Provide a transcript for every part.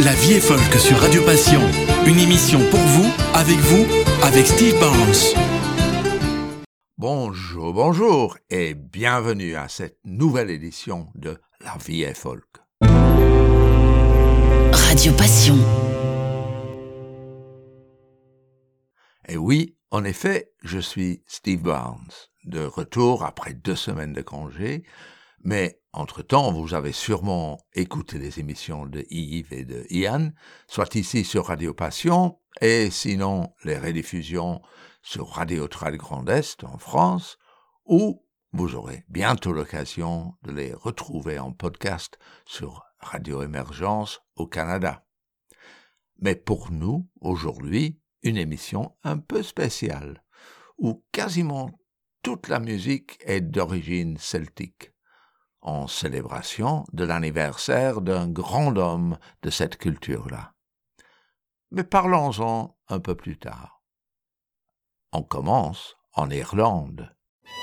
La vie est folk sur Radio Passion. Une émission pour vous, avec Steve Barnes. Bonjour et bienvenue à cette nouvelle édition de La vie est folk. Radio Passion. Et oui, en effet, je suis Steve Barnes, de retour après 2 semaines de congé, mais entre-temps, vous avez sûrement écouté les émissions de Yves et de Ian, soit ici sur Radio Passion, et sinon les rediffusions sur Radio Trad Grand Est en France, ou vous aurez bientôt l'occasion de les retrouver en podcast sur Radio Émergence au Canada. Mais pour nous, aujourd'hui, une émission un peu spéciale, où quasiment toute la musique est d'origine celtique, en célébration de l'anniversaire d'un grand homme de cette culture-là. Mais parlons-en un peu plus tard. On commence en Irlande.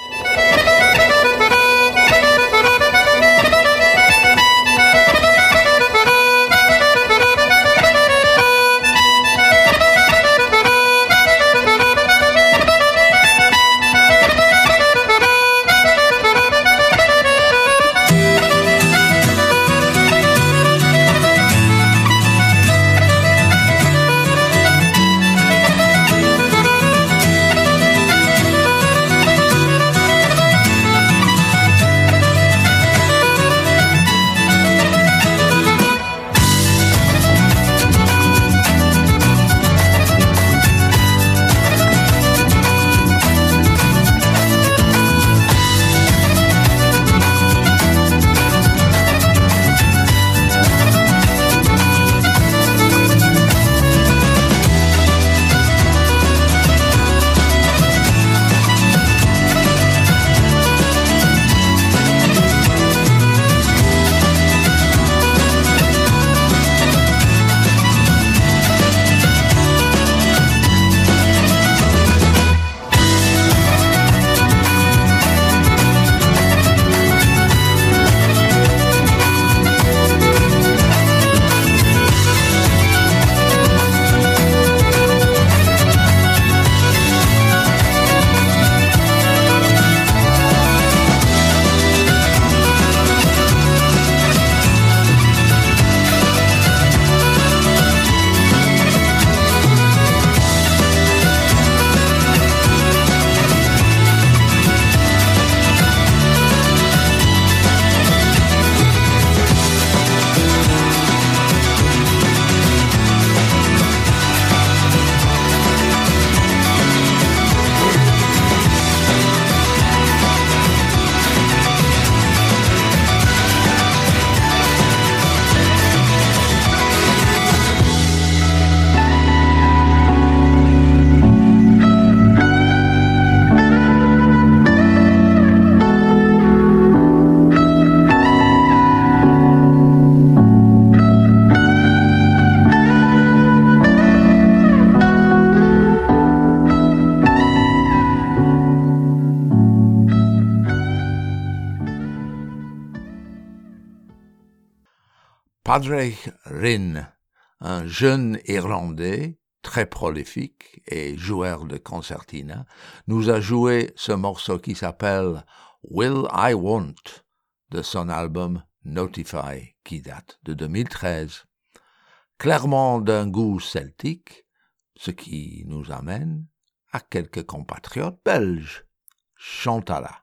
Padraig Rinn, un jeune Irlandais très prolifique et joueur de concertina, nous a joué ce morceau qui s'appelle Will I Want de son album Notify qui date de 2013. Clairement d'un goût celtique, ce qui nous amène à quelques compatriotes belges. Chantala.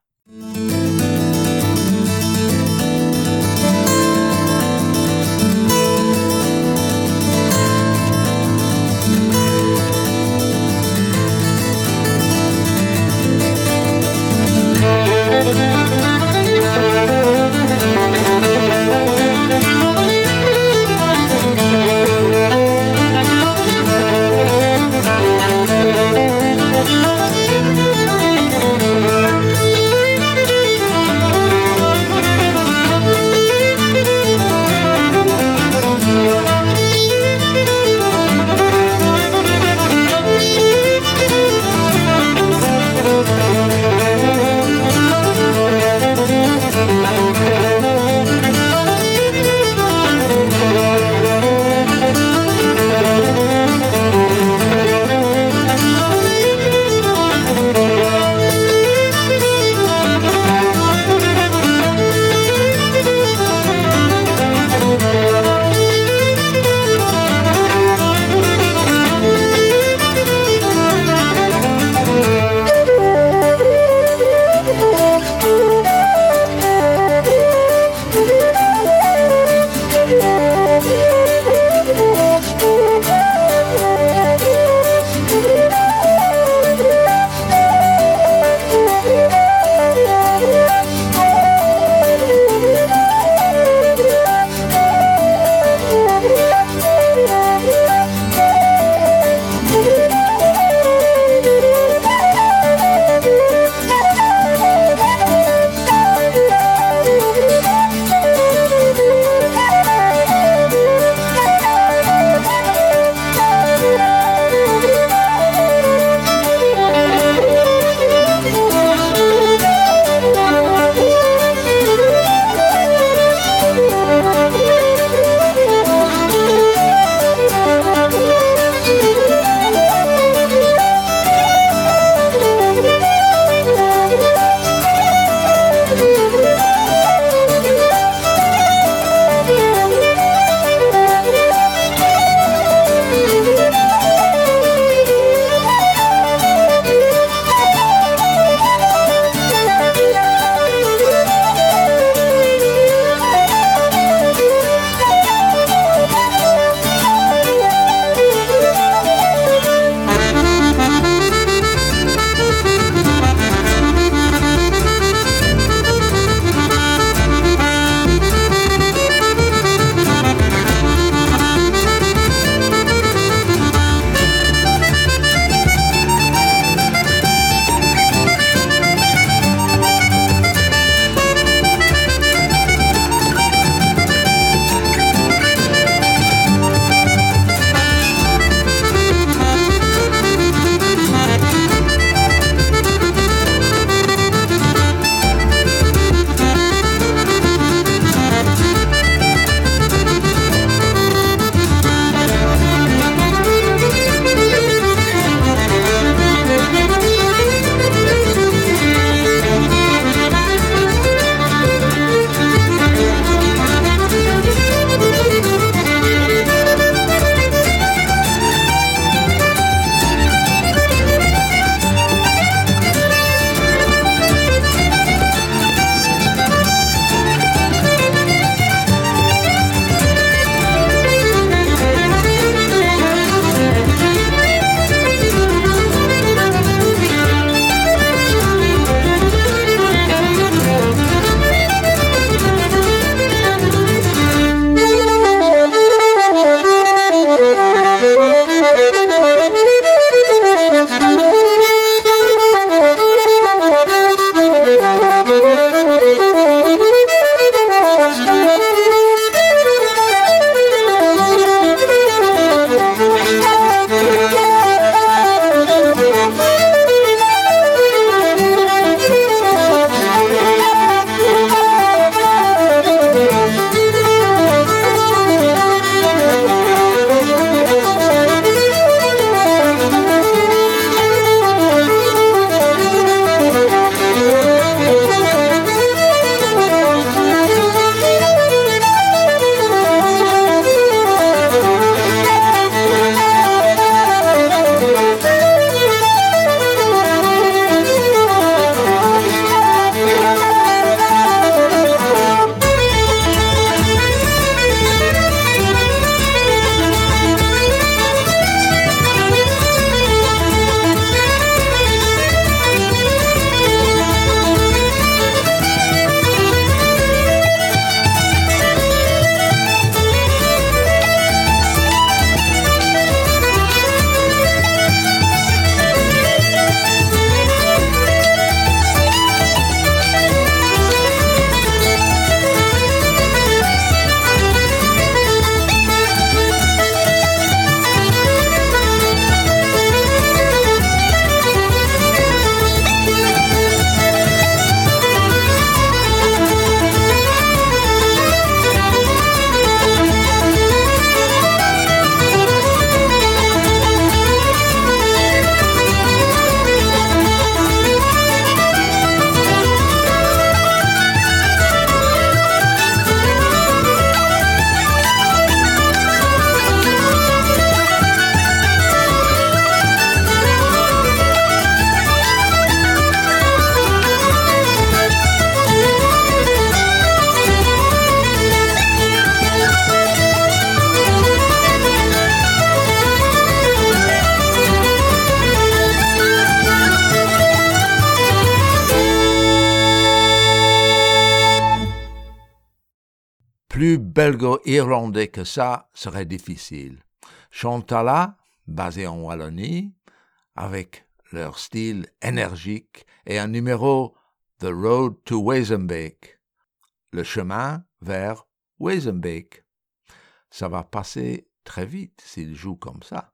belgo-irlandais que ça serait difficile. Chantala, basé en Wallonie, avec leur style énergique, et un numéro The Road to Wezenbeek, le chemin vers Wezenbeek. Ça va passer très vite s'il joue comme ça.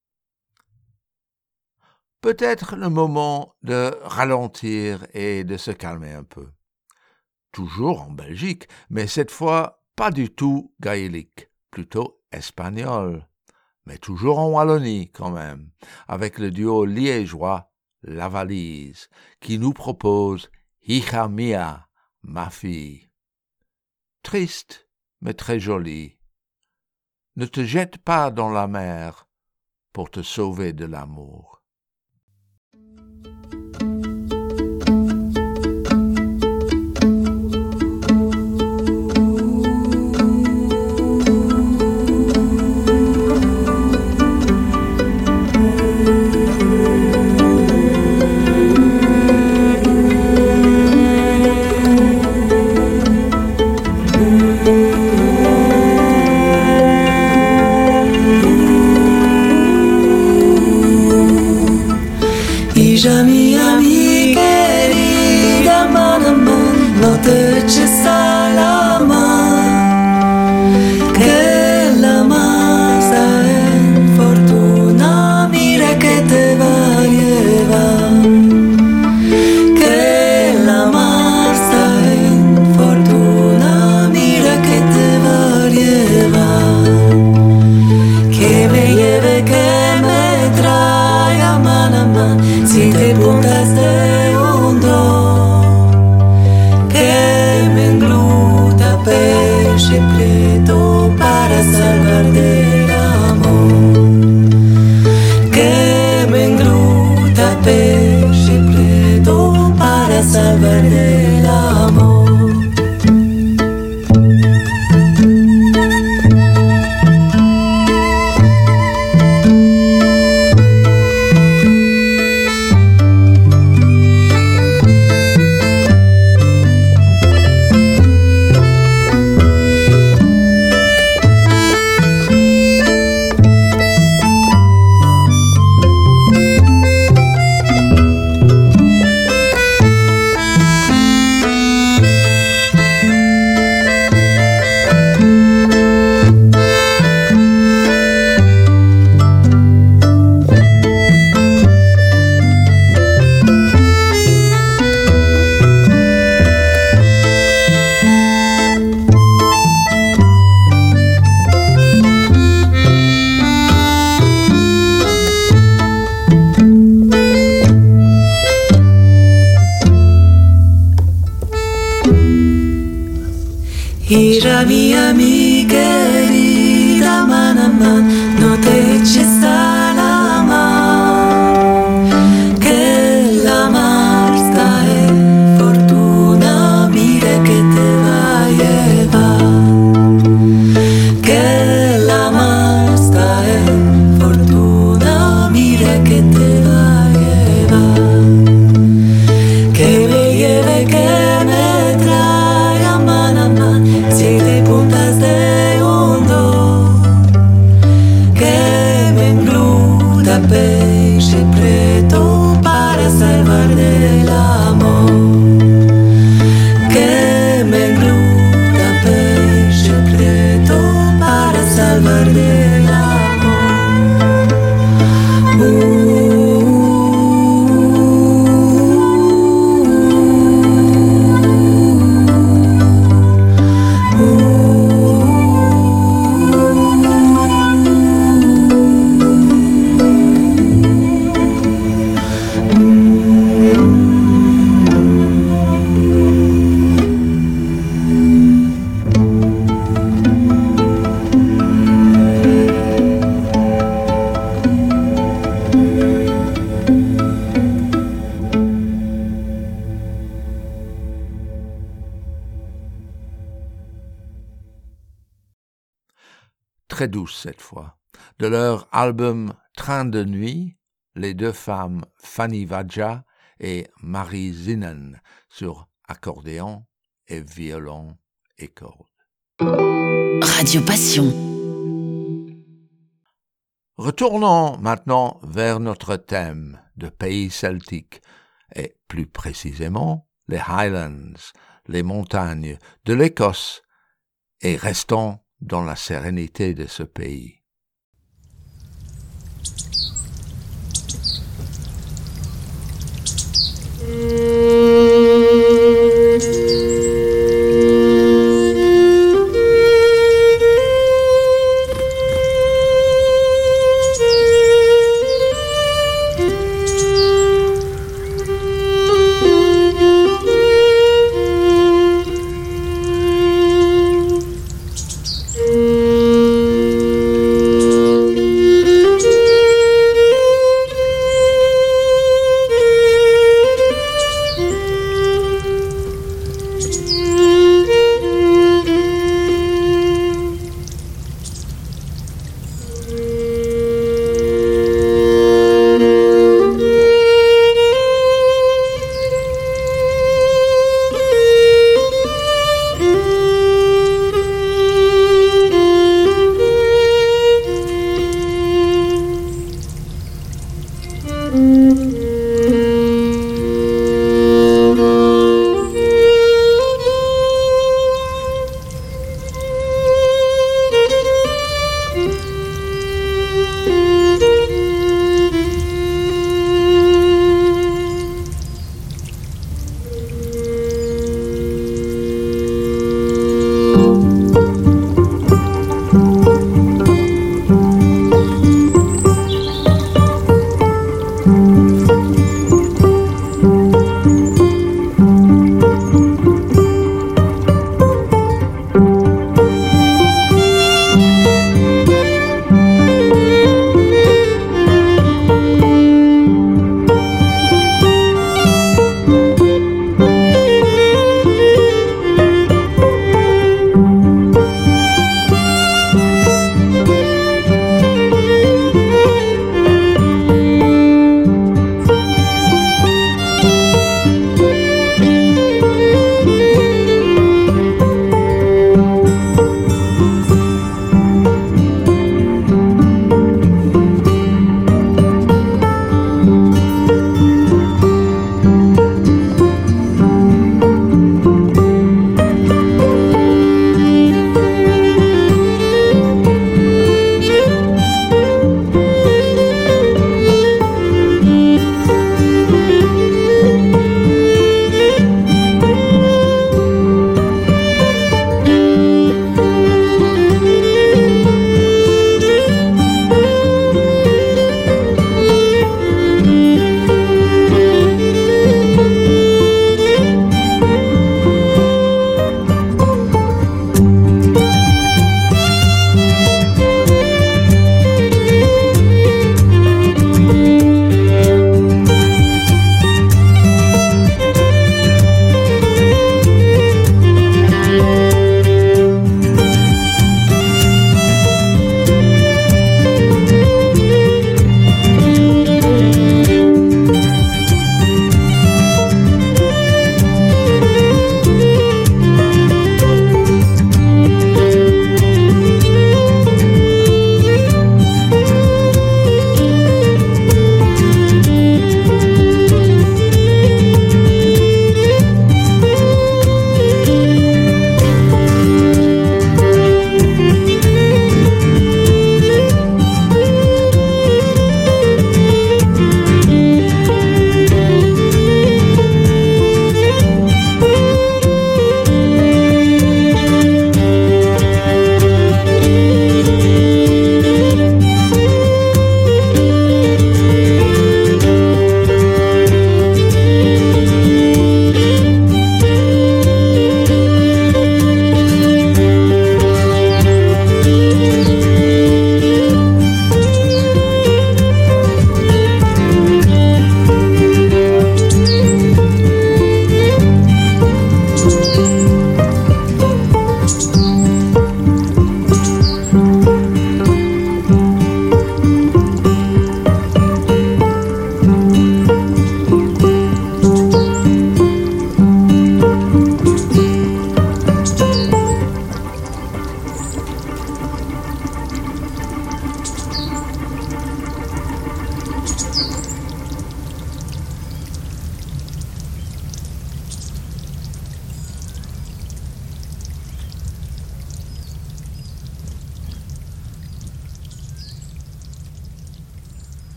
Peut-être le moment de ralentir et de se calmer un peu. Toujours en Belgique, mais cette fois pas du tout gaélique, plutôt espagnol, mais toujours en Wallonie quand même, avec le duo liégeois La Valise, qui nous propose Hija mia, ma fille. Triste, mais très jolie. Ne te jette pas dans la mer pour te sauver de l'amour. Hija mía, mi querida mano, no te eches a la mar, que la masa en fortuna mira que te va a llevar, que la masa en fortuna mira que te va a llevar, que me lleve, que me traiga mano a mano. Si te puntas de hondo, que me engluta peche prieto para salvar del amor, que me engluta peche prieto para salvar del amor. Hija mía, mi querida mano a mano, no te eches a la mar, que la mar está en fortuna, mira que te va a llevar, que la mar está en fortuna, mira que te va a llevar, que me lleve, que me traiga mano a mano. Si te puntas de hondo, que me engluta peche prieto para salvar del amor, que me engluta peche prieto para salvar del amor. Très douce cette fois. De leur album Train de nuit, les deux femmes Fanny Vadja et Marie Zinnen sur accordéon et violon et cordes. Radio Passion. Retournons maintenant vers notre thème de pays celtiques, et plus précisément les Highlands, les montagnes de l'Écosse, et restons dans la sérénité de ce pays.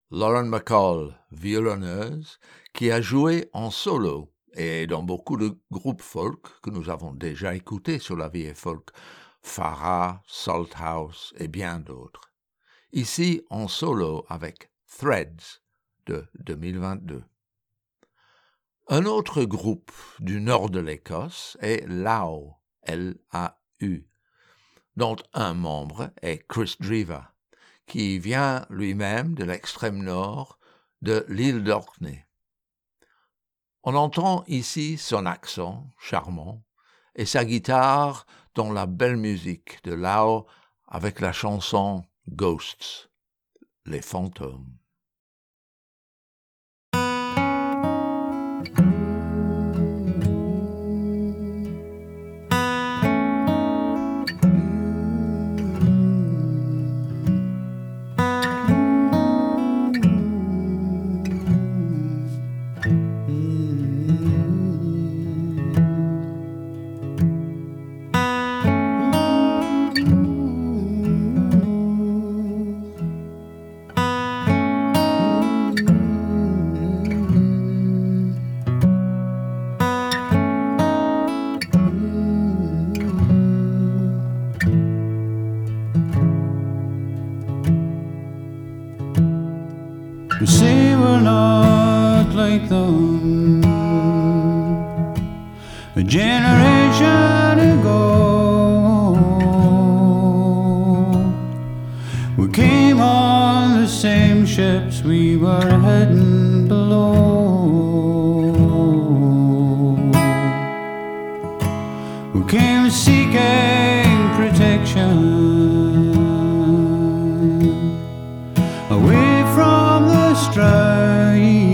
Lauren McCall, violonneuse, qui a joué en solo et dans beaucoup de groupes folk que nous avons déjà écoutés sur La Vie est folk, Farah, Salthouse et bien d'autres. Ici en solo avec Threads de 2022. Un autre groupe du nord de l'Écosse est Lau, L-A-U, dont un membre est Chris Driver, qui vient lui-même de l'extrême nord de l'île d'Orkney. On entend ici son accent charmant et sa guitare dans la belle musique de Lau avec la chanson Ghosts, les fantômes. You say we're not like them. A generation ago, we came on the same ships, we were heading below. We came seeking protection away from the strife,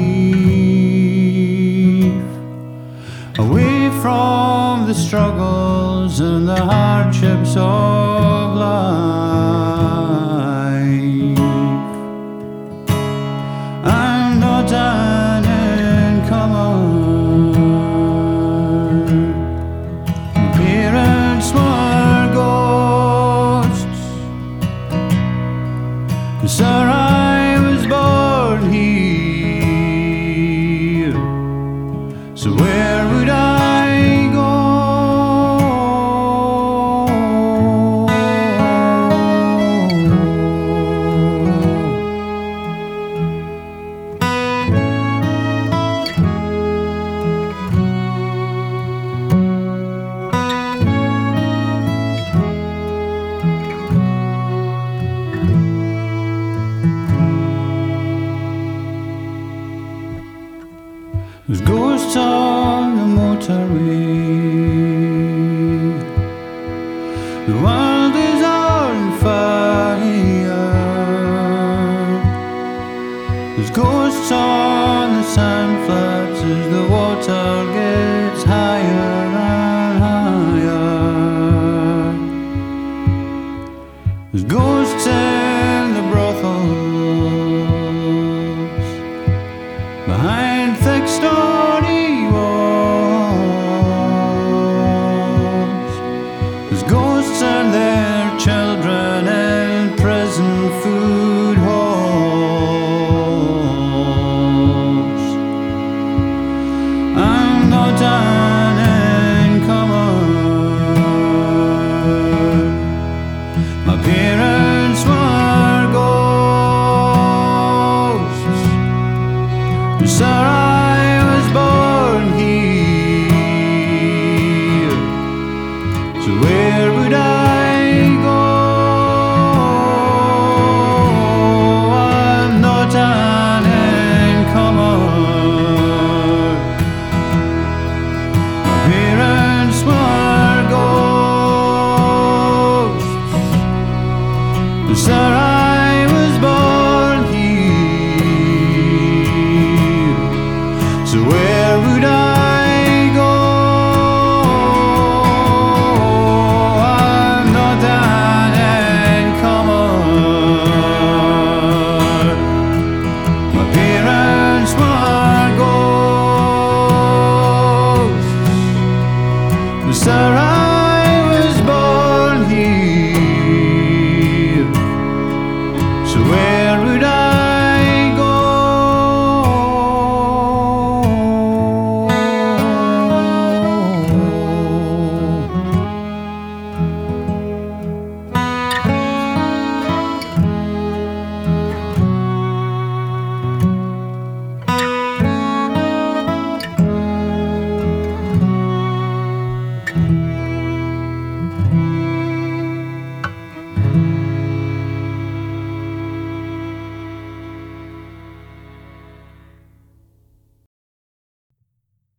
away from the struggles and the hardships of life. I'm not an incomer. My parents were ghosts. Sir, I was born here, so where would I go? There's ghosts on the motorway. The world is on fire. There's ghosts on the sand flats as the water gets higher and higher. There's ghosts in the brothels behind thick stony walls. There's ghosts and their children in prison food halls. I'm not an incomer. My parents were ghosts. Sir, I was born here, so where would I go? I'm not an incomer. My parents were ghosts. Sir, I was born here, so where would I go? I'm not an incomer. My parents were ghosts. Sir, I was born here, so where would I go?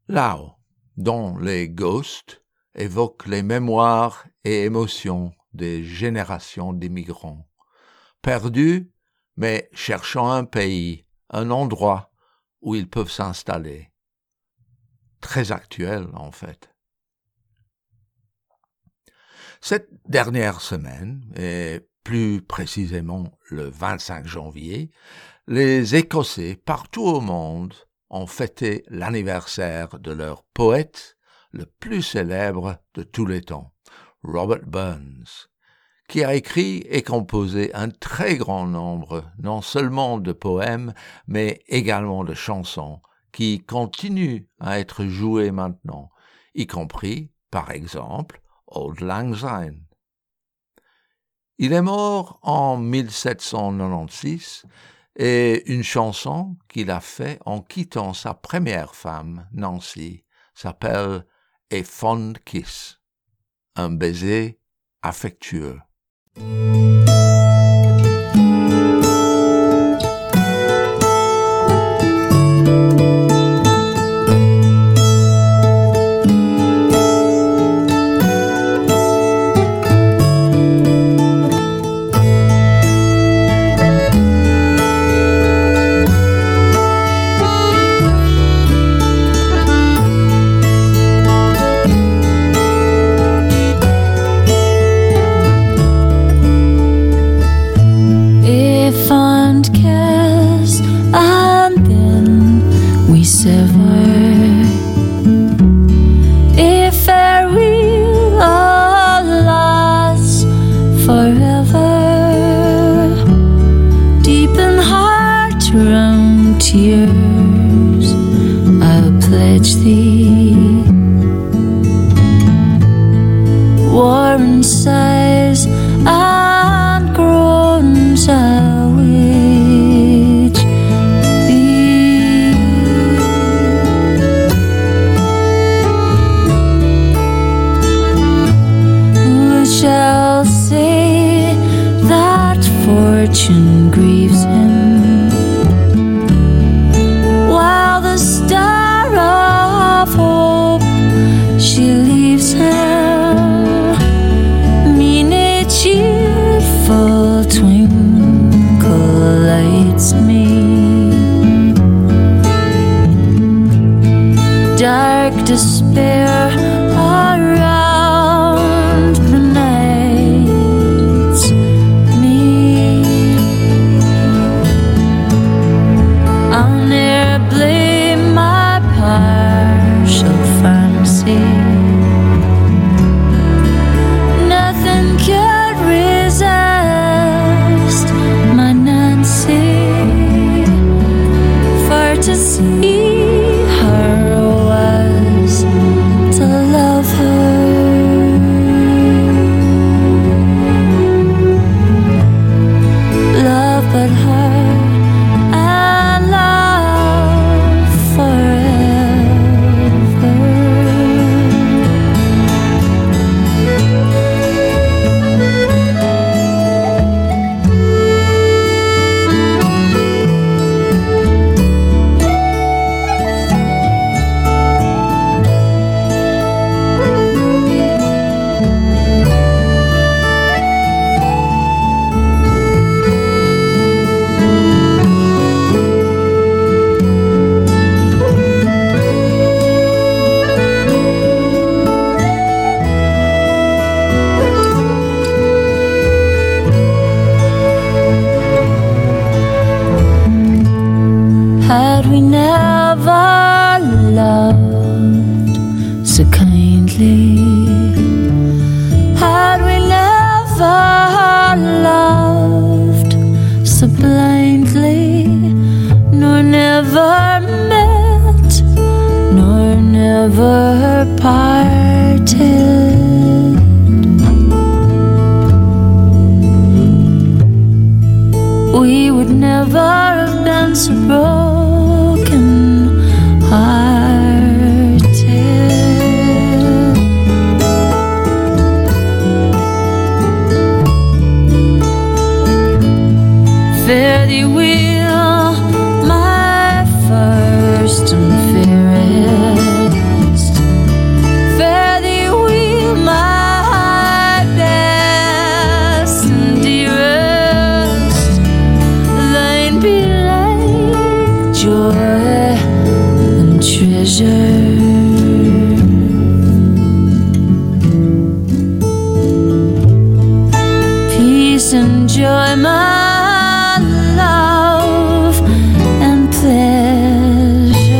Lao, dont les ghosts évoquent les mémoires et émotions des générations d'immigrants, perdus mais cherchant un pays, un endroit où ils peuvent s'installer. Très actuel en fait. Cette dernière semaine, et plus précisément le 25 janvier, les Écossais partout au monde ont fêté l'anniversaire de leur poète le plus célèbre de tous les temps, Robert Burns, qui a écrit et composé un très grand nombre non seulement de poèmes, mais également de chansons qui continuent à être jouées maintenant, y compris, par exemple, Auld Lang Syne. Il est mort en 1796 et une chanson qu'il a faite en quittant sa première femme, Nancy, s'appelle « A Fond Kiss », un baiser affectueux. Tears, I'll pledge thee. Warm sighs and groans I'll wage thee. Who shall say that fortune grieves him? Dark despair around benights me. I'll ne'er blame my partial fancy. Nothing could resist my Nancy. For to see we would never have been so broken hearted. Fare thee well, my first and fairest. treasure. Peace and joy, my love, and pleasure.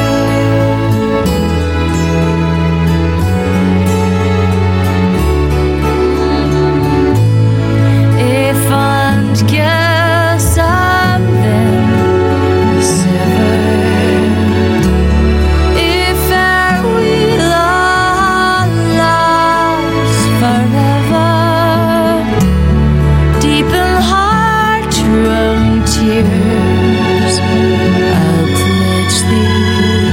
A fond kiss and then severed. A farewell on lost forever. Deep in heart-wrung tears, I'll pledge thee.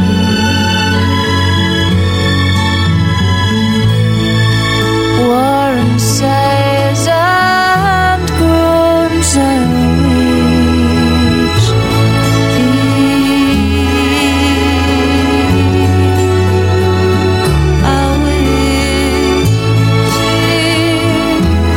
Warm sighs and groans I'll reach thee. I'll wish thee.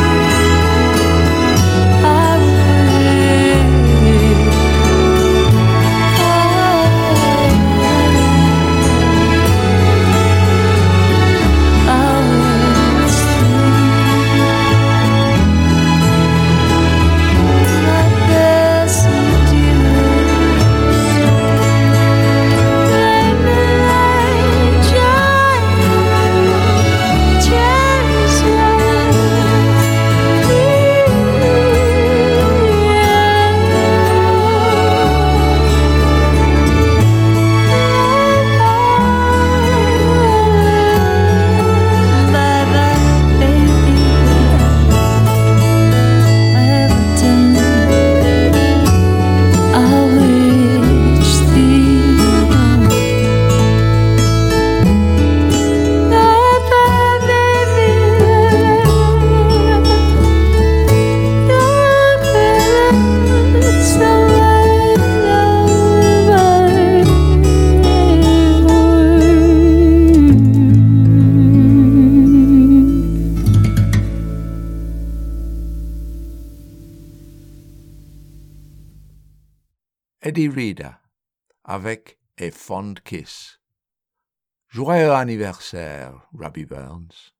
Eddie Reader avec A Fond Kiss. Joyeux anniversaire, Robbie Burns.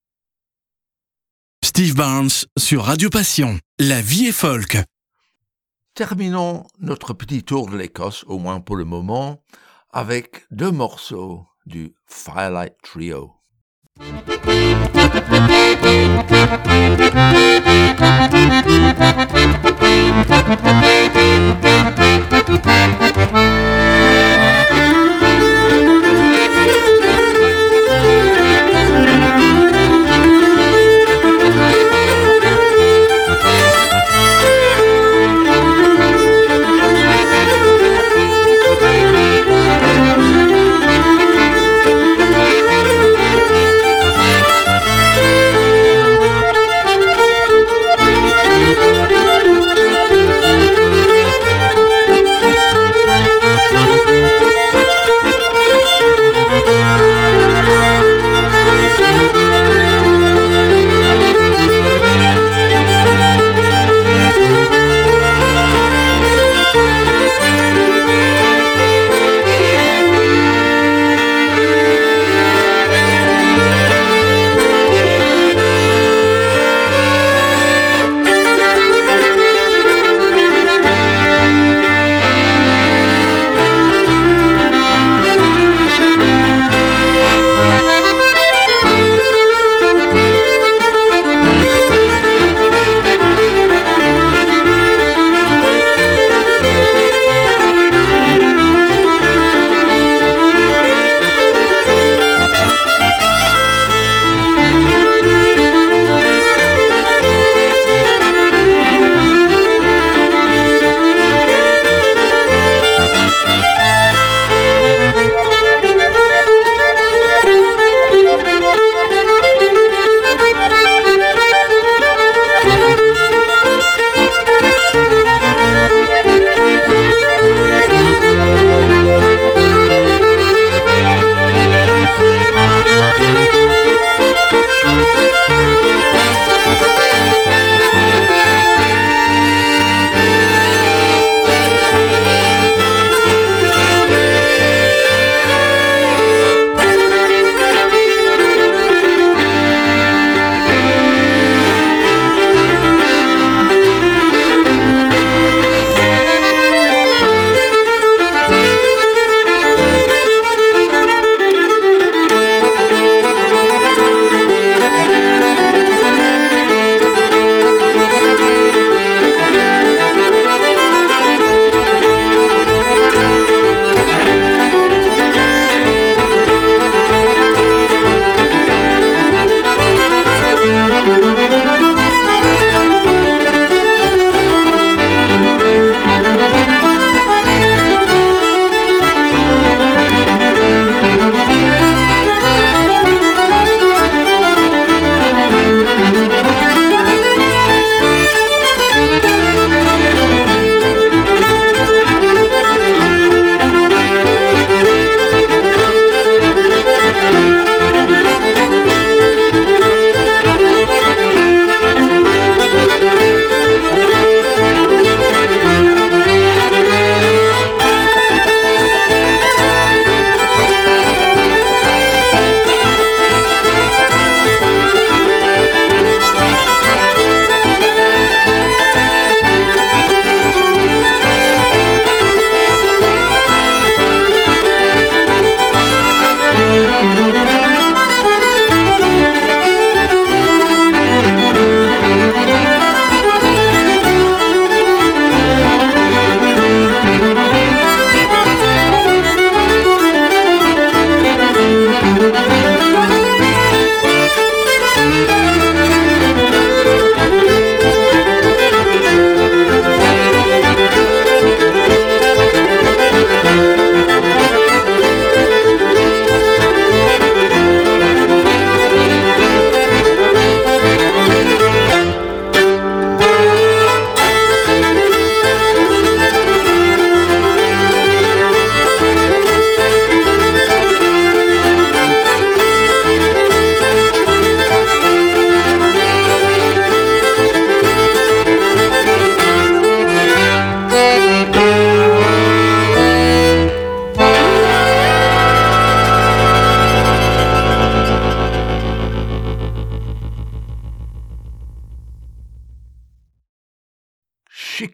Steve Barnes sur Radio Passion. La vie est folk. Terminons notre petit tour de l'Écosse, au moins pour le moment, avec 2 morceaux du Firelight Trio.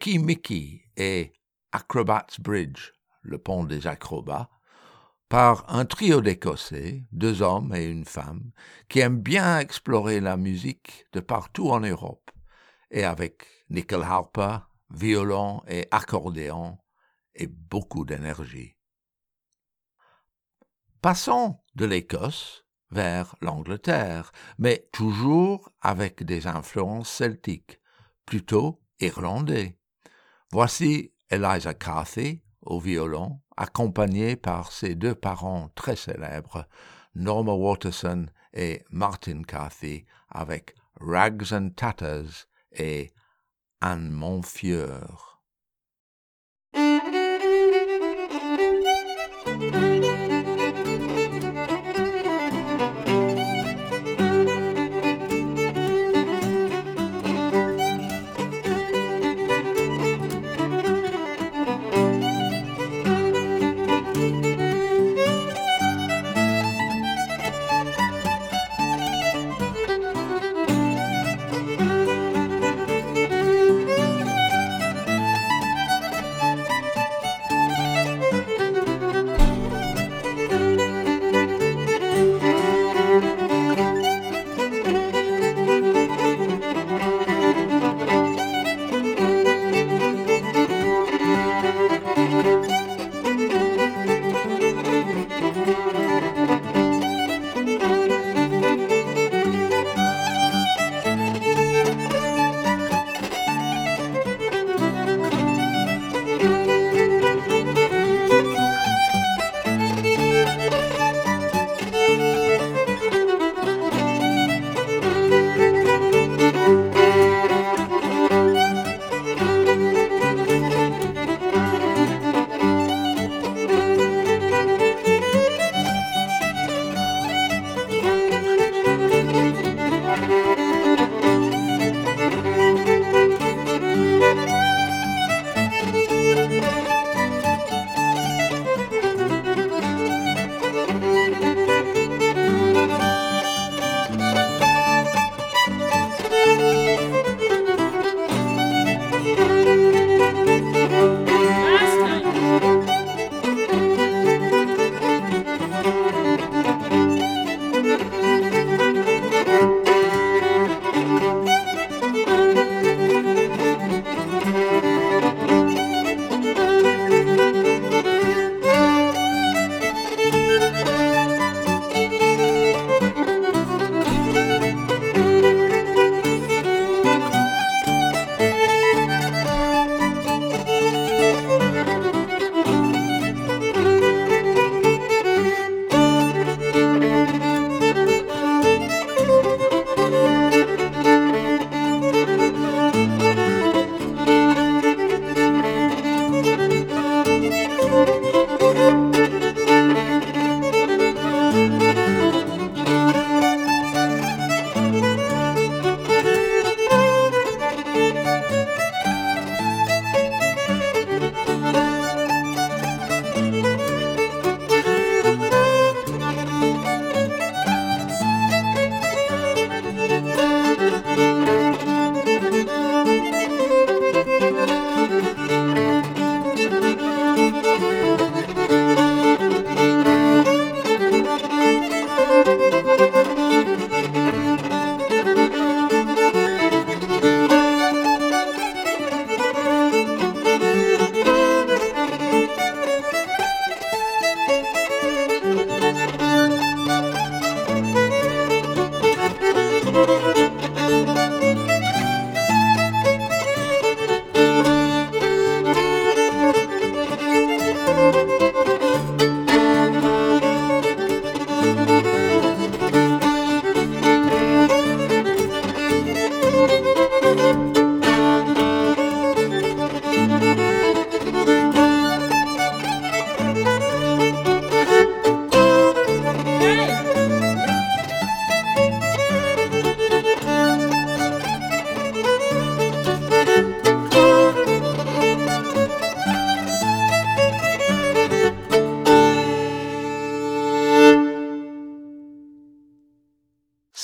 Mickey et Acrobats Bridge, le pont des acrobats, par un trio d'Écossais, 2 hommes et une femme, qui aiment bien explorer la musique de partout en Europe, et avec nickel harpa, violon et accordéon, et beaucoup d'énergie. Passons de l'Écosse vers l'Angleterre, mais toujours avec des influences celtiques, plutôt irlandais. Voici Eliza Carthy au violon, accompagnée par ses 2 parents très célèbres, Norma Waterson et Martin Carthy, avec Rags and Tatters et Anne Monfieur.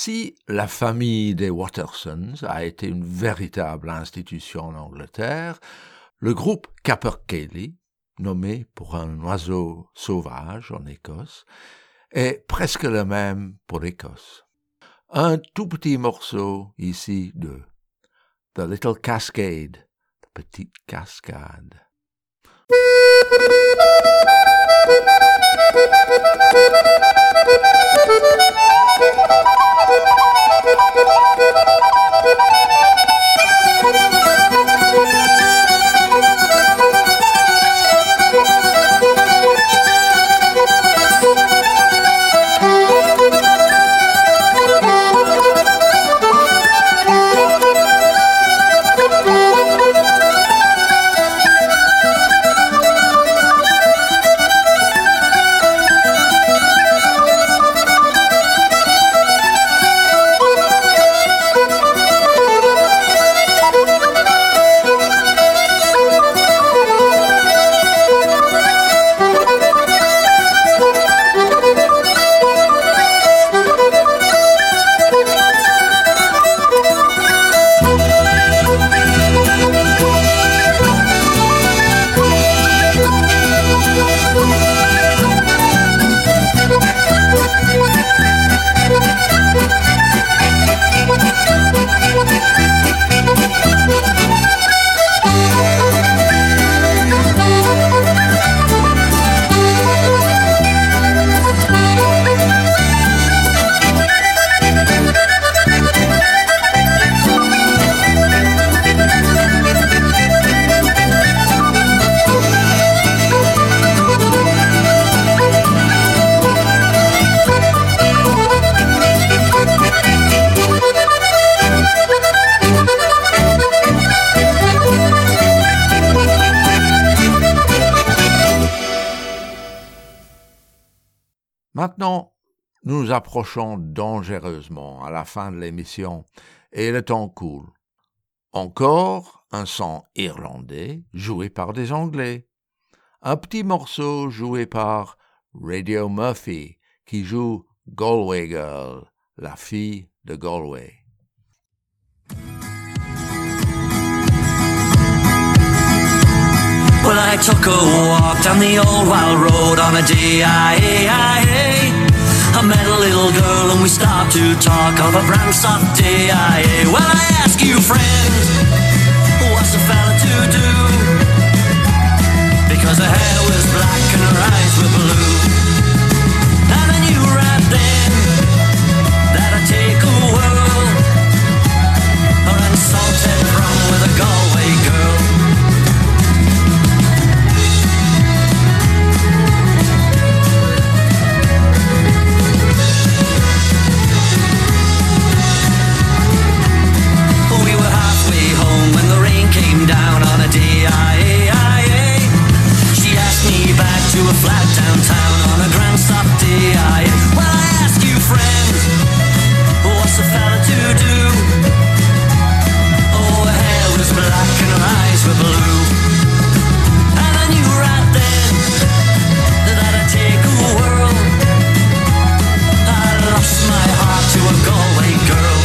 Si la famille des Wattersons a été une véritable institution en Angleterre, le groupe Capercaillie, nommé pour un oiseau sauvage en Écosse, est presque le même pour l'Écosse. Un tout petit morceau ici de The Little Cascade, la petite cascade. Maintenant, nous nous approchons dangereusement à la fin de l'émission et le temps coule. Encore un son irlandais joué par des Anglais. Un petit morceau joué par Radio Murphy qui joue Galway Girl, la fille de Galway. Well, I took a walk down the old wild road on a day I met a little girl and we stopped to talk of a brown soft day Well, I ask you, friend, what's a fella to do? Because her hair was black and her eyes were blue. And I knew right then that I'd take a whirl around Salted Prom with a Galway girl. Down on a day she asked me back to a flat downtown on a grand soft day Well, I ask you, friend, what's a fella to do? Oh, her hair was black and her eyes were blue. And I knew right then that I'd take a whirl. I lost my heart to a Galway girl.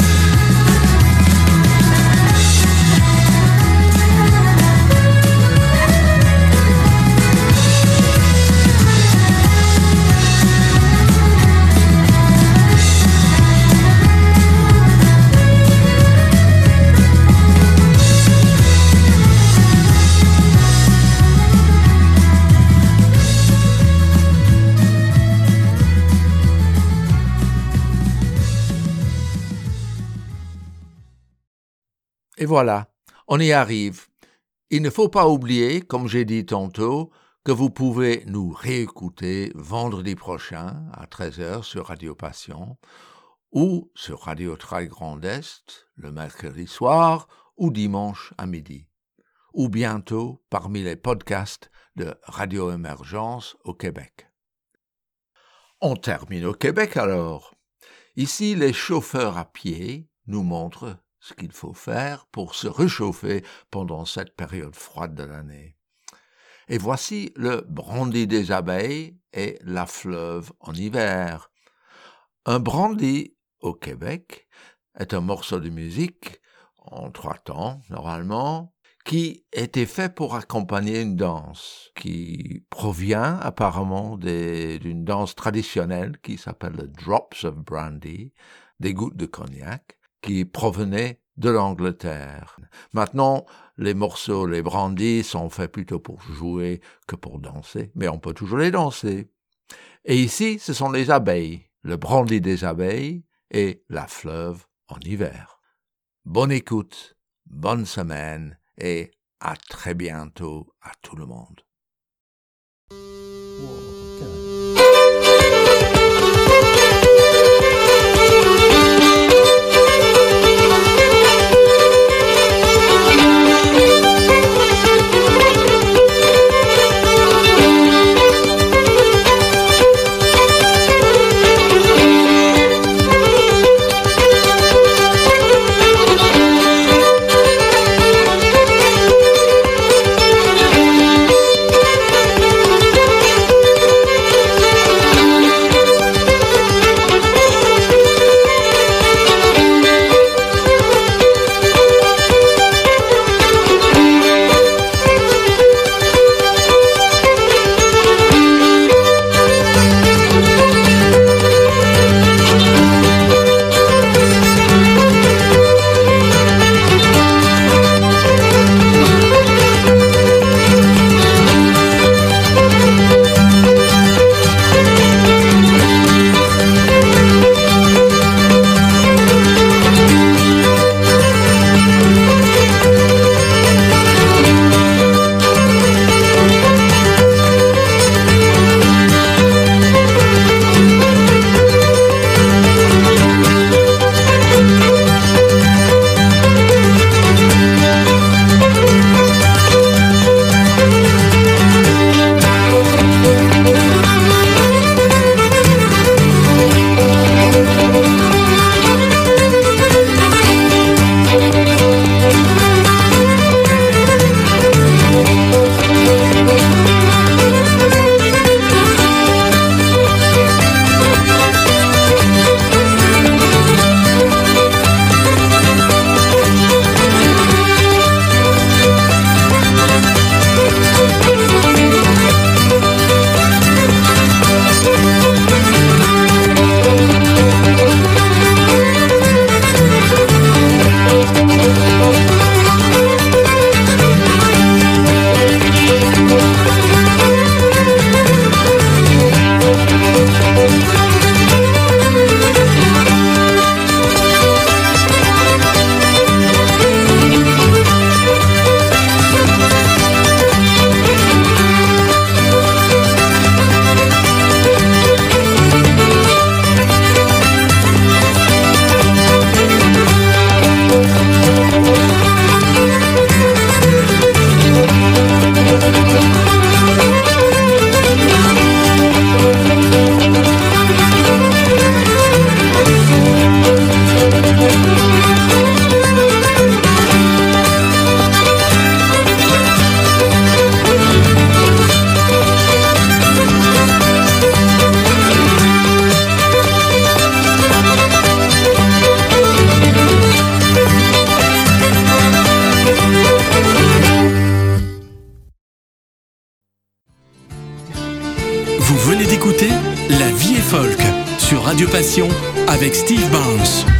Et voilà, on y arrive. Il ne faut pas oublier, comme j'ai dit tantôt, que vous pouvez nous réécouter vendredi prochain à 13h sur Radio Passion ou sur Radio Très Grand Est le mercredi soir ou dimanche à midi, ou bientôt parmi les podcasts de Radio Émergence au Québec. On termine au Québec alors. Ici, les chauffeurs à pied nous montrent ce qu'il faut faire pour se réchauffer pendant cette période froide de l'année. Et voici le brandy des abeilles et la fleuve en hiver. Un brandy au Québec, est un morceau de musique en 3 temps, normalement, qui était fait pour accompagner une danse, qui provient apparemment d'une danse traditionnelle qui s'appelle le Drops of Brandy, des gouttes de cognac, qui provenait de l'Angleterre. Maintenant, les morceaux, les brandis sont faits plutôt pour jouer que pour danser, mais on peut toujours les danser. Et ici, ce sont les abeilles, le brandy des abeilles et la fleuve en hiver. Bonne écoute, bonne semaine et à très bientôt à tout le monde. Vous venez d'écouter La vie est folk sur Radio Passion avec Steve Barnes.